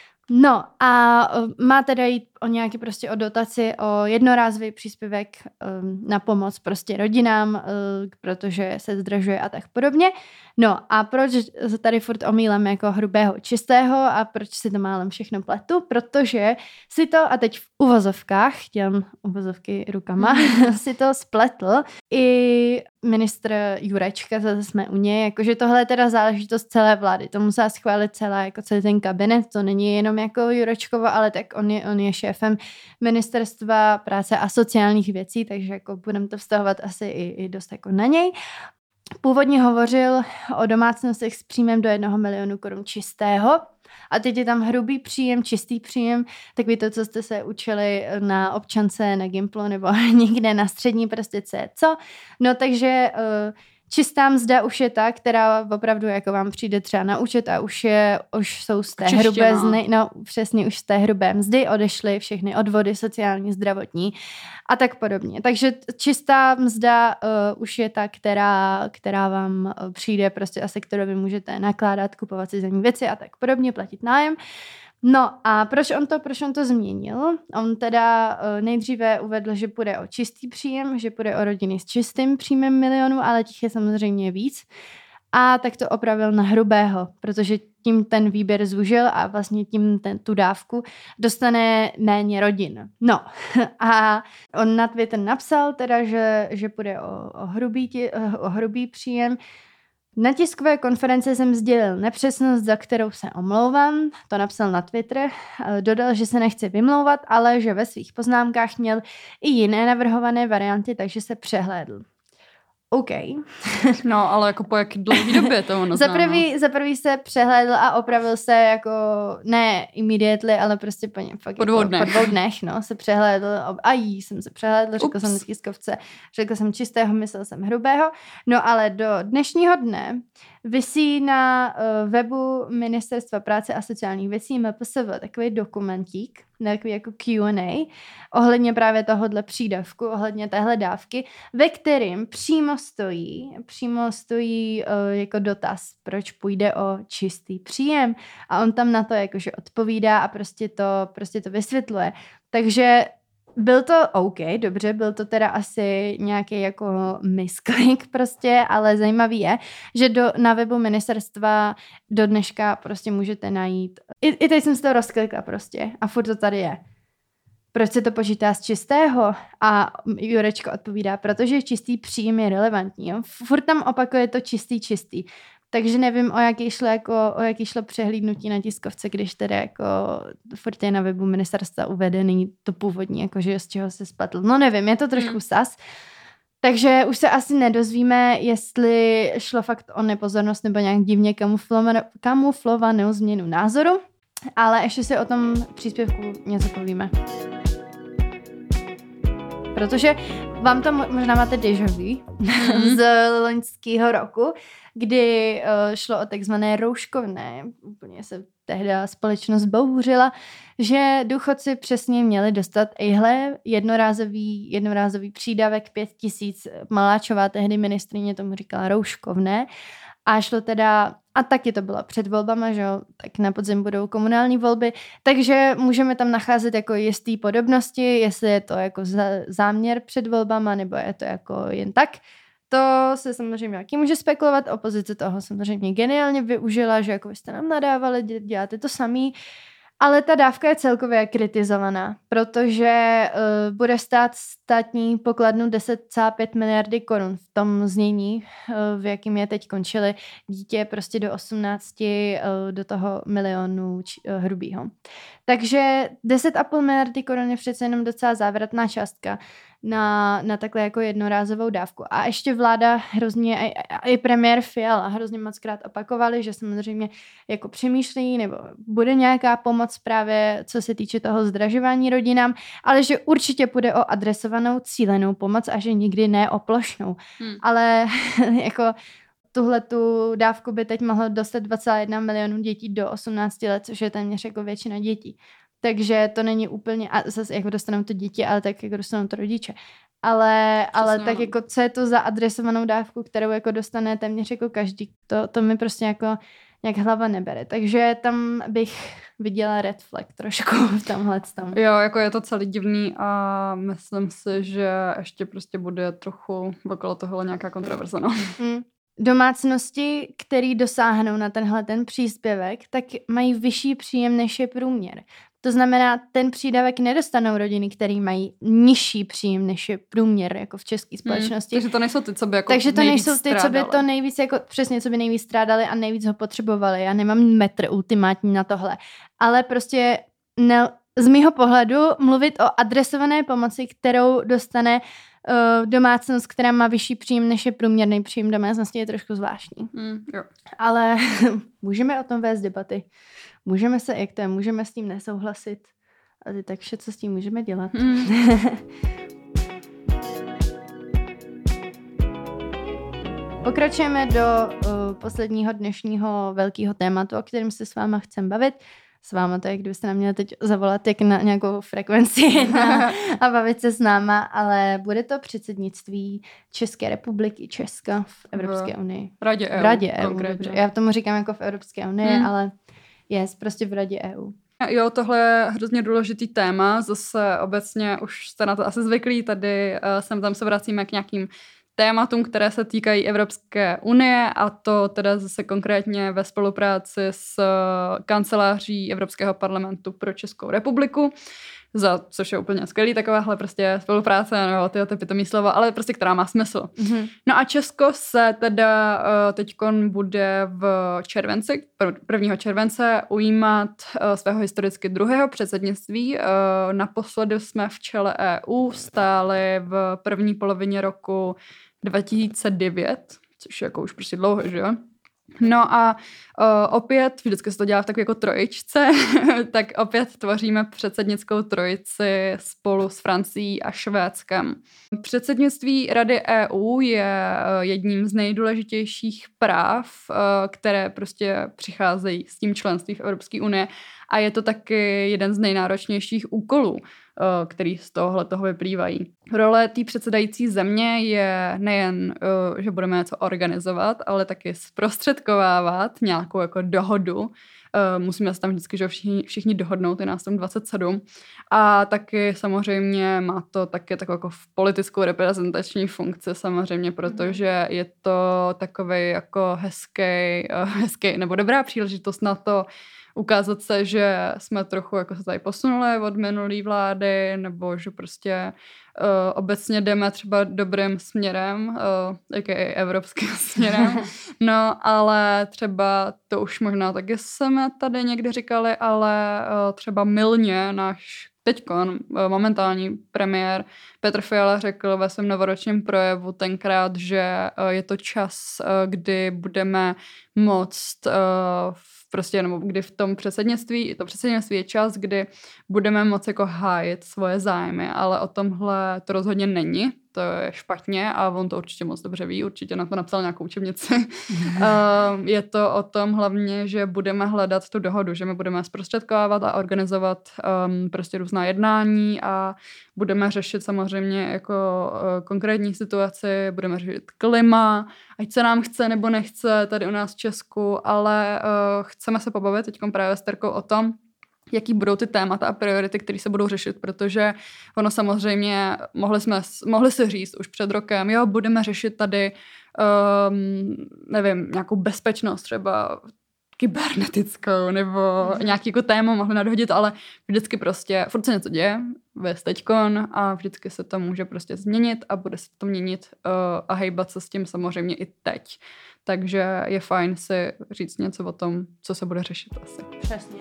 No a má teda jít o nějaký prostě o dotaci, o jednorázový příspěvek um, na pomoc prostě rodinám, uh, protože se zdražuje a tak podobně. No a proč tady furt omílám jako hrubého čistého a proč si to málem všechno pletu? Protože si to, a teď v uvozovkách, dělám uvozovky rukama, si to spletl i ministr Jurečka, zase jsme u něj, jakože tohle je teda záležitost celé vlády, to musela schválit celá, jako celý ten kabinet, to není jenom jako Jurečkovo, ale tak on je, on je šéfem ministerstva práce a sociálních věcí, takže jako budeme to vztahovat asi i, i dost jako na něj. Původně hovořil o domácnostech s příjmem do jednoho milionu korun čistého a teď je tam hrubý příjem, čistý příjem, takový to, co jste se učili na občance, na Gimplu nebo někde na střední prostě co. No takže uh, čistá mzda už je ta, která opravdu jako vám přijde třeba na účet a už, je, už jsou z té Čeště, hrubé no. zny, no přesně už z té hrubé mzdy odešly všechny odvody sociální, zdravotní a tak podobně. Takže čistá mzda uh, už je ta, která, která vám uh, přijde prostě a se kterou vy můžete nakládat, kupovat si za ní věci a tak podobně, platit nájem. No a proč on to, proč on to změnil? On teda uh, nejdříve uvedl, že půjde o čistý příjem, že půjde o rodiny s čistým příjmem milionu, ale těch je samozřejmě víc. A tak to opravil na hrubého, protože tím ten výběr zúžil a vlastně tím ten, tu dávku dostane méně rodin. No a on na Twitter napsal teda, že, že půjde o, o, hrubý, o hrubý příjem. Na tiskové konferenci jsem sdělil nepřesnost, za kterou se omlouvám, to napsal na Twitter, dodal, že se nechce vymlouvat, ale že ve svých poznámkách měl i jiné navrhované varianty, takže se přehlédl. OK. No, ale jako po jaký dlouhý době to ono za, prvý, za prvý se přehlédl a opravil se jako, ne immediately, ale prostě po, ně, fakt po dvou jako, dnech. Po dvou dnech, no, se přehlédl. A jí, jsem se přehlédl, řekl Ups. jsem na tiskovce, řekl jsem čistého, myslel jsem hrubého. No, ale do dnešního dne visí na uh, webu Ministerstva práce a sociálních věcí M P S V takový dokumentík, takový jako Q and A, ohledně právě tohohle přídavku, ohledně téhle dávky, ve kterým přímo stojí, přímo stojí uh, jako dotaz, proč půjde o čistý příjem. A on tam na to jakože odpovídá a prostě to, prostě to vysvětluje. Takže byl to OK, dobře, byl to teda asi nějaký jako misklik prostě, ale zajímavý je, že do, na webu ministerstva do dneška prostě můžete najít. I, i teď jsem si to rozklikla prostě a furt to tady je. Proč se to počítá z čistého? A Jurečko odpovídá, protože čistý příjem je relevantní. Jo? Furt tam opakuje to čistý, čistý. Takže nevím, o jaký šlo, jako, o jaký šlo přehlídnutí na tiskovce, když tedy jako furt je na webu ministerstva uvedený to původní, jakože z čeho se spletl. No nevím, je to trošku hmm. sas. Takže už se asi nedozvíme, jestli šlo fakt o nepozornost nebo nějak divně kamuflovanou, kamuflovanou změnu názoru, ale ještě si o tom příspěvku něco povíme. Protože vám to možná máte déjà vu mm. z loňského roku, kdy uh, šlo o takzvané rouškovné. Úplně se tehdy společnost bouřila, že důchodci přesně měli dostat ihle jednorázový, jednorázový přídavek pět tisíc. Maláčová tehdy ministryně tomu říkala rouškovné. A šlo teda, a taky to bylo před volbama, že jo, tak na podzim budou komunální volby, takže můžeme tam nacházet jako jistý podobnosti, jestli je to jako záměr před volbama, nebo je to jako jen tak. To se samozřejmě jaký může spekulovat, opozice toho samozřejmě geniálně využila, že jako vy jste nám nadávali, děláte to samý, ale ta dávka je celkově kritizovaná, protože uh, bude stát státní pokladnu deset celá pět miliardy korun v tom znění, uh, v jakým je teď končili dítě prostě do osmnácti uh, do toho milionu č- uh, hrubýho. Takže deset celá pět miliardy korun je přece jenom docela závratná částka na, na takhle jako jednorázovou dávku. A ještě vláda hrozně, a, a i premiér Fiala hrozně moc krát opakovali, že samozřejmě jako přemýšlí, nebo bude nějaká pomoc právě, co se týče toho zdražování rodinám, ale že určitě půjde o adresovanou cílenou pomoc a že nikdy ne o plošnou. Hmm. Ale jako tuhle tu dávku by teď mohlo dostat dva celá jedna milionu dětí do osmnácti let, což je téměř jako většina dětí. Takže to není úplně, a zase jako dostanou to děti, ale tak jako dostanou to rodiče. ale, ale tak ano. jako co je to za adresovanou dávku, kterou jako dostane téměř jako každý, to, to mi prostě jako nějak hlava nebere. Takže tam bych viděla red flag trošku v tomhle tom. Jo, jako je to celý divný a myslím si, že ještě prostě bude trochu okolo tohle nějaká kontroverze, no. Mm. Domácnosti, které dosáhnou na tenhle ten příspěvek, tak mají vyšší příjem, než je průměr. To znamená, ten přídavek nedostanou rodiny, které mají nižší příjem, než je průměr jako v české společnosti. Hmm, takže to nejsou ty, co by jako Takže to nejvíc nejsou ty, co by to nejvíc, jako přesně, co by nejvíc strádali a nejvíc ho potřebovali. Já nemám metr ultimátní na tohle. Ale prostě ne, z mýho pohledu mluvit o adresované pomoci, kterou dostane uh, domácnost, která má vyšší příjem, než je průměrný příjem domácnosti, je trošku zvláštní. Hmm, jo. Ale můžeme o tom vést debaty. Můžeme se, jak to je, můžeme s tím nesouhlasit. A ty tak vše, co s tím můžeme dělat. Hmm. Pokračujeme do uh, posledního dnešního velkého tématu, o kterém se s váma chcem bavit. S váma to je, kdybyste nám měli teď zavolat jak na nějakou frekvenci na, a bavit se s náma, ale bude to předsednictví České republiky, Česka v Evropské unii. V Radě E U. V Radě E U, konkrétně. dobře. Já tomu říkám jako v Evropské unii, hmm. ale je prostě v Radě E U. Jo, tohle je hrozně důležitý téma, zase obecně už jste na to asi zvyklí, tady uh, sem tam se vracíme k nějakým tématům, které se týkají Evropské unie a to teda zase konkrétně ve spolupráci s kanceláří Evropského parlamentu pro Českou republiku, za což je úplně skvělý, takováhle prostě spolupráce, nebo tyhle ty pitomý slova, ale prostě která má smysl. Mm-hmm. No a Česko se teda uh, teďkon bude v červenci, prvního července ujímat uh, svého historicky druhého předsednictví. Uh, naposledy jsme v čele E U stáli v první polovině roku dva tisíce devět, což je jako už prostě dlouho, že jo? No a uh, opět, vždycky se to dělá v takové jako trojičce, tak opět tvoříme předsednickou trojici spolu s Francií a Švédskem. Předsednictví Rady E U je uh, jedním z nejdůležitějších práv, uh, které prostě přicházejí s tím členstvím v Evropské unie a je to taky jeden z nejnáročnějších úkolů, který z tohohle toho vyplývají. Role té předsedající země je nejen, že budeme něco organizovat, ale taky zprostředkovávat nějakou jako dohodu. Musíme se tam vždycky že všichni, všichni dohodnout, je nás tam dvacet sedm. A taky samozřejmě má to taky takovou jako politickou reprezentační funkci samozřejmě, protože je to takovej jako hezký, hezký nebo dobrá příležitost na to, ukázat se, že jsme trochu jako se tady posunuli od minulý vlády, nebo že prostě uh, obecně jdeme třeba dobrým směrem, uh, jaký evropským směrem. No, ale třeba to už možná taky jsme tady někdy říkali, ale uh, třeba mylně náš teďkon momentální premiér Petr Fiala řekl ve svém novoročním projevu tenkrát, že uh, je to čas, uh, kdy budeme moct uh, prostě, nebo kdy v tom předsednictví, to předsednictví je čas, kdy budeme moci jako hájit svoje zájmy, ale o tomhle to rozhodně není, to je špatně a on to určitě moc dobře ví, určitě na to napsal nějakou učebnici. uh, je to o tom hlavně, že budeme hledat tu dohodu, že my budeme zprostředkovávat a organizovat um, prostě různá jednání a budeme řešit samozřejmě jako uh, konkrétní situaci, budeme řešit klima, ať se nám chce nebo nechce tady u nás v Česku, ale uh, chceme se pobavit teďkom právě s Terkou o tom, jaký budou ty témata a priority, které se budou řešit, protože ono samozřejmě, mohli jsme, mohli si říct už před rokem, jo, budeme řešit tady, um, nevím, nějakou bezpečnost třeba kybernetickou, nebo nějaký jako téma mohli nadhodit, ale vždycky prostě, furt se něco děje, vést teďkon a vždycky se to může prostě změnit a bude se to měnit uh, a hejbat se s tím samozřejmě i teď. Takže je fajn si říct něco o tom, co se bude řešit asi. Přesně.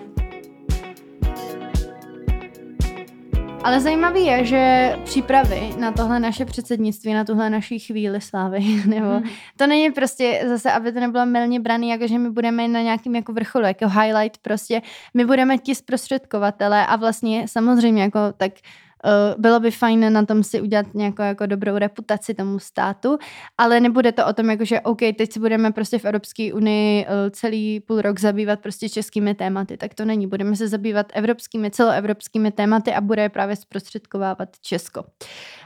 Ale zajímavý je, že přípravy na tohle naše předsednictví, na tuhle naší chvíli slávy, nebo hmm. to není prostě zase, aby to nebylo mylně braný, jako že my budeme na nějakým jako vrcholu, jako highlight prostě, my budeme ti zprostředkovatelé a vlastně samozřejmě jako tak Uh, bylo by fajn na tom si udělat nějakou jako dobrou reputaci tomu státu, ale nebude to o tom, jako že OK, teď si budeme prostě v Evropské unii uh, celý půl rok zabývat prostě českými tématy, tak to není. Budeme se zabývat evropskými, celoevropskými tématy a bude právě zprostředkovávat Česko.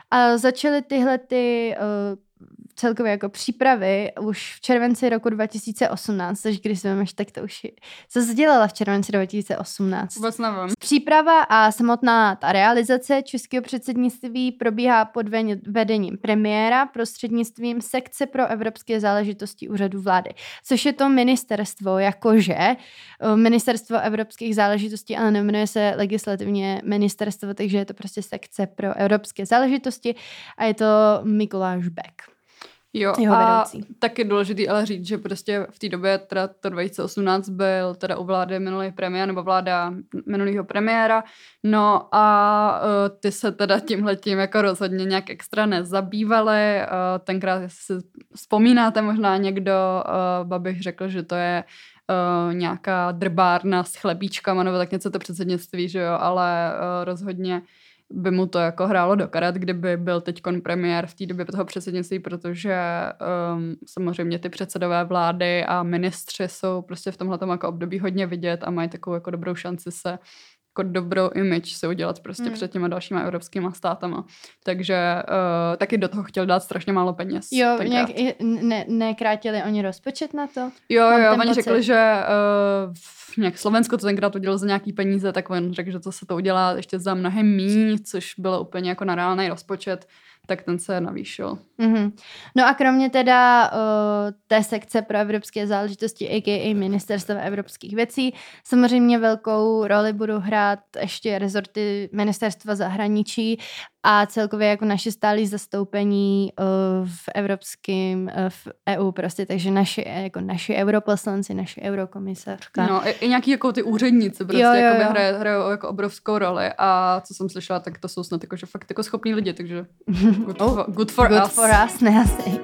A začaly tyhle ty uh, celkově jako přípravy už v červenci roku dva tisíce osmnáct, takže když si vemeš, tak to už je... Co jsi dělala v červenci dva tisíce osmnáct? Vůbec nevím. Příprava a samotná ta realizace českého předsednictví probíhá pod vedením premiéra prostřednictvím sekce pro evropské záležitosti úřadu vlády, což je to ministerstvo, jakože ministerstvo evropských záležitostí, ale nemenuje se legislativně ministerstvo, takže je to prostě sekce pro evropské záležitosti a je to Mikuláš Bek. Jo, a taky důležitý ale říct, že prostě v té době, teda to dva tisíce osmnáct byl teda u vlády minulý premiér, nebo vláda minulýho premiéra, no a uh, ty se teda tímhletím jako rozhodně nějak extra nezabývaly. Uh, tenkrát, jestli si vzpomínáte možná někdo, uh, Babiš řekl, že to je uh, nějaká drbárna s chlebíčkama, nebo tak něco to předsednictví, že jo, ale uh, rozhodně by mu to jako hrálo do karet, kdyby byl teďkon premiér v té době toho předsednictví, protože um, samozřejmě ty předsedové vlády a ministři jsou prostě v tomhletom jako období hodně vidět a mají takovou jako dobrou šanci se jako dobrou image se udělat prostě hmm. před těma dalšíma evropskýma státama. Takže uh, taky do toho chtěl dát strašně málo peněz. Jo, nějak, ne, nekrátili oni rozpočet na to? Jo, Mám jo, oni pocit. řekli, že uh, nějak Slovensko to tenkrát udělalo za nějaký peníze, tak on řekl, že to se to udělá ještě za mnohem míň, což bylo úplně jako na reálný rozpočet, tak ten se navýšil. Mm-hmm. No a kromě teda uh, té sekce pro evropské záležitosti, a k a ministerstva evropských věcí, samozřejmě velkou roli budou hrát ještě rezorty ministerstva zahraničí a celkově jako naše stálé zastoupení uh, v evropském, uh, v E U prostě, takže naši, jako naši europoslanci, naši eurokomisařka. No i, i nějaký jako ty úředníci prostě jo, jo, jako jo. Hraje, hrajou jako obrovskou roli a co jsem slyšela, tak to jsou snad jako, že fakt jako schopní lidi, takže good, oh, for, good for good us. for us, ne asi.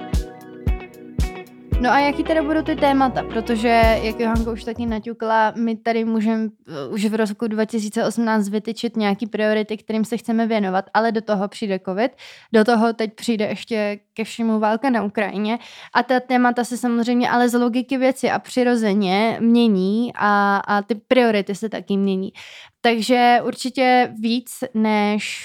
No a jaký teda budou ty témata, protože, jak Johanka už taky naťukla, my tady můžeme už v roku dva tisíce osmnáct vytyčit nějaký priority, kterým se chceme věnovat, ale do toho přijde covid, do toho teď přijde ještě ke všemu válka na Ukrajině a ta témata se samozřejmě ale z logiky věci a přirozeně mění a, a ty priority se taky mění. Takže určitě víc, než,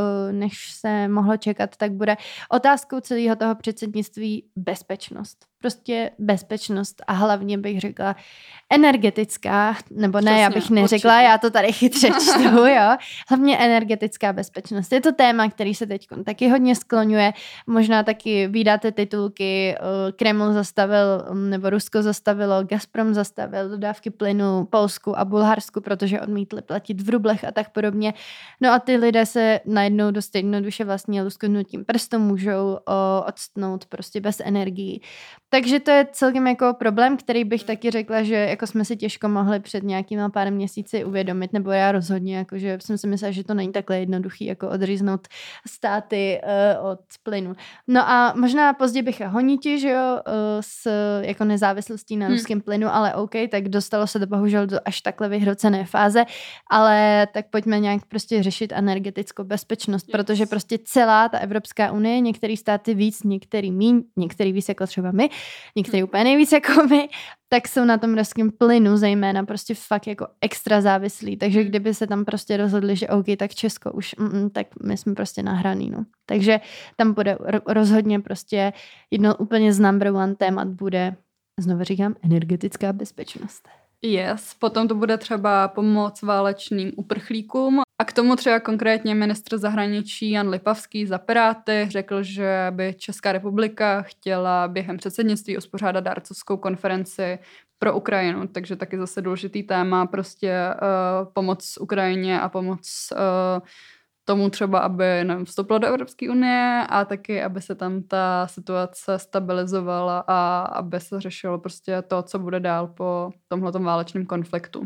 než se mohlo čekat, tak bude otázkou celého toho předsednictví bezpečnost. Prostě bezpečnost a hlavně bych řekla energetická, nebo ne, Přesně, já bych neřekla, určitě. Já to tady chytře čtu, jo. Hlavně energetická bezpečnost. Je to téma, který se teď taky hodně skloňuje. Možná taky vydáte titulky, Kreml zastavil, nebo Rusko zastavilo, Gazprom zastavil dodávky plynu Polsku a Bulharsku, protože odmítli platit v rublech a tak podobně. No a ty lidé se najednou dost jednoduše vlastně lusknutím prstu můžou odstnout prostě bez energií. Takže to je celkem jako problém, který bych taky řekla, že jako jsme si těžko mohli před nějakýma pár měsíci uvědomit, nebo já rozhodně, jako, že jsem si myslela, že to není takhle jednoduchý, jako odříznout státy uh, od plynu. No a možná později bych honiti, že jo, uh, s jako nezávislostí na hmm. ruském plynu, ale OK, tak dostalo se to bohužel do až takhle vyhrocené fáze, ale tak pojďme nějak prostě řešit energetickou bezpečnost, yes. protože prostě celá ta Evropská unie, některé státy víc, některý míň, některý víc jako třeba my, některý úplně nejvíc jako my, tak jsou na tom ruském plynu zejména prostě fakt jako extra závislí. Takže kdyby se tam prostě rozhodli, že OK, tak Česko už, mm, tak my jsme prostě nahraný, no. Takže tam bude rozhodně prostě jedno úplně z number one témat bude, znovu říkám, energetická bezpečnost. Yes, potom to bude třeba pomoc válečným uprchlíkům a k tomu třeba konkrétně ministr zahraničí Jan Lipavský za Piráty řekl, že by Česká republika chtěla během předsednictví uspořádat dárcovskou konferenci pro Ukrajinu, takže taky zase důležitý téma, prostě uh, pomoc Ukrajině a pomoc uh, tomu třeba, aby nevím, vstoupila do Evropské unie a taky, aby se tam ta situace stabilizovala a aby se řešilo prostě to, co bude dál po tomhletom válečném konfliktu.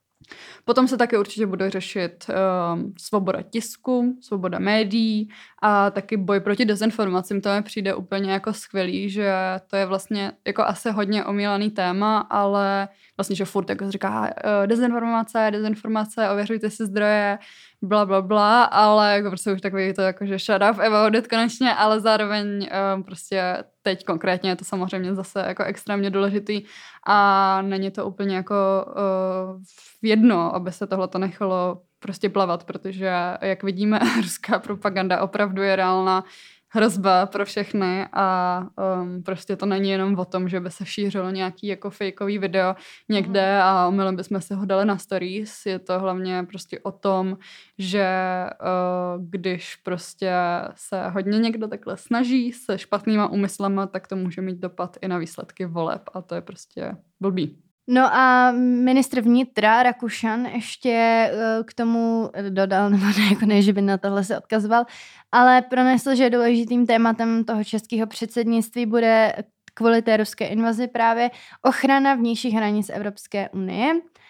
Potom se taky určitě bude řešit um, svoboda tisku, svoboda médií a taky boj proti dezinformacím. To mi přijde úplně jako skvělý, že to je vlastně jako asi hodně omílaný téma, ale vlastně, že furt jako říká uh, dezinformace, dezinformace, ověřujte si zdroje, bla, bla, bla, ale jako prostě už takový to jako, že shut up about it konečně, ale zároveň um, prostě teď konkrétně je to samozřejmě zase jako extrémně důležitý a není to úplně jako uh, jedno, aby se tohle to nechalo prostě plavat, protože jak vidíme, ruská propaganda opravdu je reálná hrozba pro všechny a um, prostě to není jenom o tom, že by se šířilo nějaký jako fejkový video někde a omylem bychom se ho dali na stories. Je to hlavně prostě o tom, že uh, když prostě se hodně někdo takhle snaží se špatnýma úmyslama, tak to může mít dopad i na výsledky voleb a to je prostě blbý. No a ministr vnitra Rakušan ještě k tomu dodal, nebo ne, jako ne, že by na tohle se odkazoval, ale pronesl, že důležitým tématem toho českého předsednictví bude kvůli té ruské invazi právě ochrana vnějších hranic Evropské unie.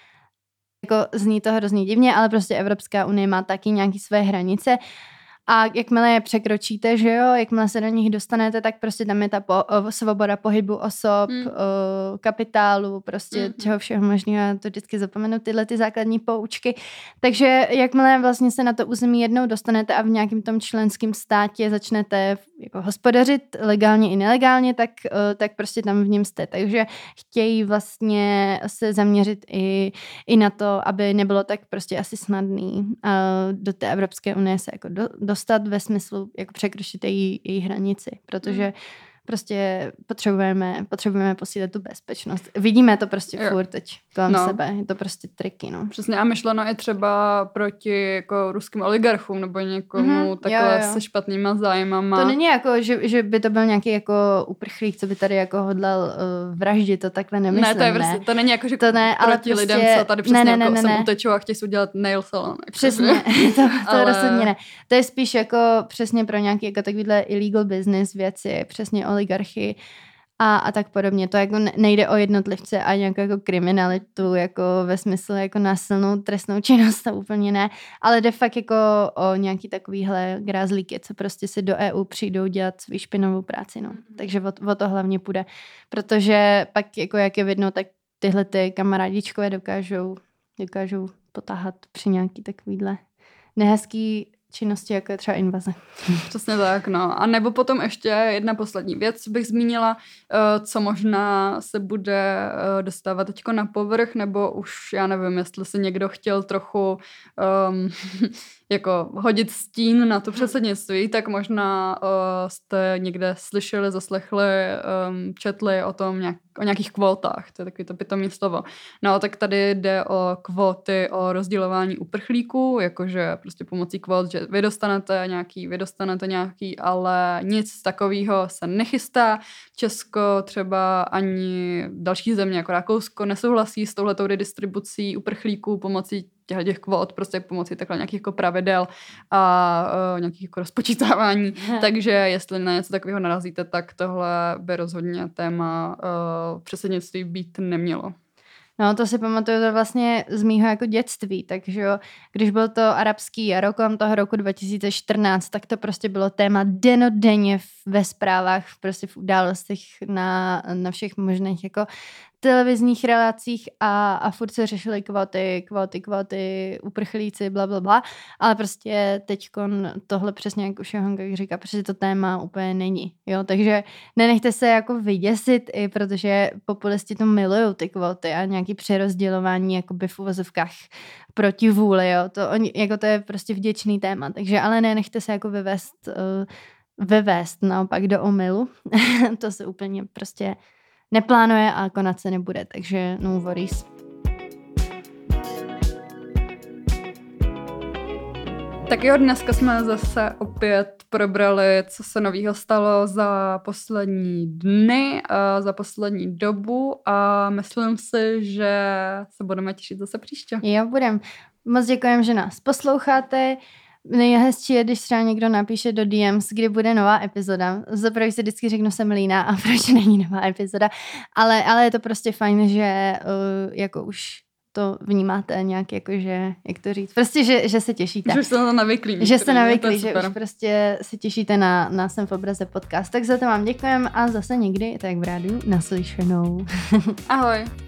Jako zní to hrozně divně, ale prostě Evropská unie má taky nějaké své hranice. A jakmile je překročíte, že jo, jakmile se do nich dostanete, tak prostě tam je ta po, o, svoboda pohybu osob, mm. o, kapitálu, prostě mm. čeho všeho možného, já to vždycky zapomenu, tyhle ty základní poučky. Takže jakmile vlastně se na to území jednou dostanete a v nějakém tom členském státě začnete jako hospodařit legálně i nelegálně, tak, o, tak prostě tam v něm jste. Takže chtějí vlastně se zaměřit i, i na to, aby nebylo tak prostě asi snadný a do té Evropské unie se jako do, do dostat ve smyslu, jako překročit její, její hranici, protože prostě potřebujeme, potřebujeme posílit tu bezpečnost. Vidíme to prostě jo. furt teď kolem no. sebe, je to prostě triky, no. Přesně a myšleno je třeba proti jako ruským oligarchům nebo někomu mm-hmm. takhle jo, jo. se špatnýma zájmama. To není jako, že, že by to byl nějaký jako uprchlík, co by tady jako hodlal uh, vraždit, to takhle nemyslím, ne. To je ne. prostě, to není jako, že to ne, proti prostě, lidem, co tady přesně ne, ne, jako ne, sem ne. utečou a chtějí si udělat nail salon. Jako přesně, to, to ale... rozhodně ne. To je spíš jako přesně pro nějaký jako takovýhle illegal business věci, přesně oligarchy a, a tak podobně. To jako nejde o jednotlivce a nějakou jako kriminalitu, jako ve smyslu jako násilnou trestnou činnost, to úplně ne, ale de facto jako o nějaký takovýhle grázlíky, co prostě si do E U přijdou dělat svou špinavou práci, no. Takže o, o to hlavně půjde. Protože pak jako jak je vidno, tak tyhle ty kamarádičkové dokážou, dokážou potáhat při nějaký takovýhle nehezký činnosti, jako je třeba invaze. Přesně tak, no. A nebo potom ještě jedna poslední věc bych zmínila, co možná se bude dostávat teďko na povrch, nebo už já nevím, jestli si někdo chtěl trochu um, jako hodit stín na to předsednictví, tak možná uh, jste někde slyšeli, zaslechli, um, četli o tom nějak, o nějakých kvótách, to je takový to pitomý slovo. No tak tady jde o kvóty, o rozdělování uprchlíků, jakože prostě pomocí kvót, že vy dostanete nějaký, vy dostanete nějaký, ale nic takového se nechystá. Česko třeba ani další země, jako Rakousko, nesouhlasí s touhletou redistribucí uprchlíků pomocí těch kvót, prostě pomocí takhle nějakých jako pravidel a uh, nějakých jako rozpočítávání. Takže jestli na něco takového narazíte, tak tohle by rozhodně téma uh, předsednictví být nemělo. No, to si pamatuju to vlastně z mýho jako dětství, takže jo, když byl to arabský jaro kolem toho roku dva tisíce čtrnáct, tak to prostě bylo téma denodenně ve zprávách, prostě v událostech na, na všech možných jako televizních relacích a, a furt se řešily kvóty, kvóty, kvóty, uprchlíci, bla, bla, bla, ale prostě teďkon tohle přesně jak už Honka říká, protože to téma úplně není, jo, takže nenechte se jako vyděsit, i protože populisti to milujou ty kvóty a nějaký přerozdělování jakoby v uvozovkách proti vůli, jo, to, jako to je prostě vděčný téma, takže ale nenechte se jako vyvést, uh, vyvést naopak do omylu, to se úplně prostě neplánuje a konat se nebude, takže no worries. Tak jo, dneska jsme zase opět probrali, co se novýho stalo za poslední dny, a za poslední dobu a myslím si, že se budeme těšit zase příště. Jo, budem. Moc děkujem, že nás posloucháte. Nejhezčí je, když třeba někdo napíše do D Ms, kdy bude nová epizoda. Zaprvé si vždycky řeknu, jsem líná a proč není nová epizoda. Ale, ale je to prostě fajn, že uh, jako už to vnímáte nějak jako, že, jak to říct, prostě, že, že se těšíte. Že jste na to navyklí. Že jste navyklí, že už prostě se těšíte na, na Jsem v obraze podcast. Tak za to vám děkujem a zase někdy, tak v rádiu, naslyšenou. Ahoj.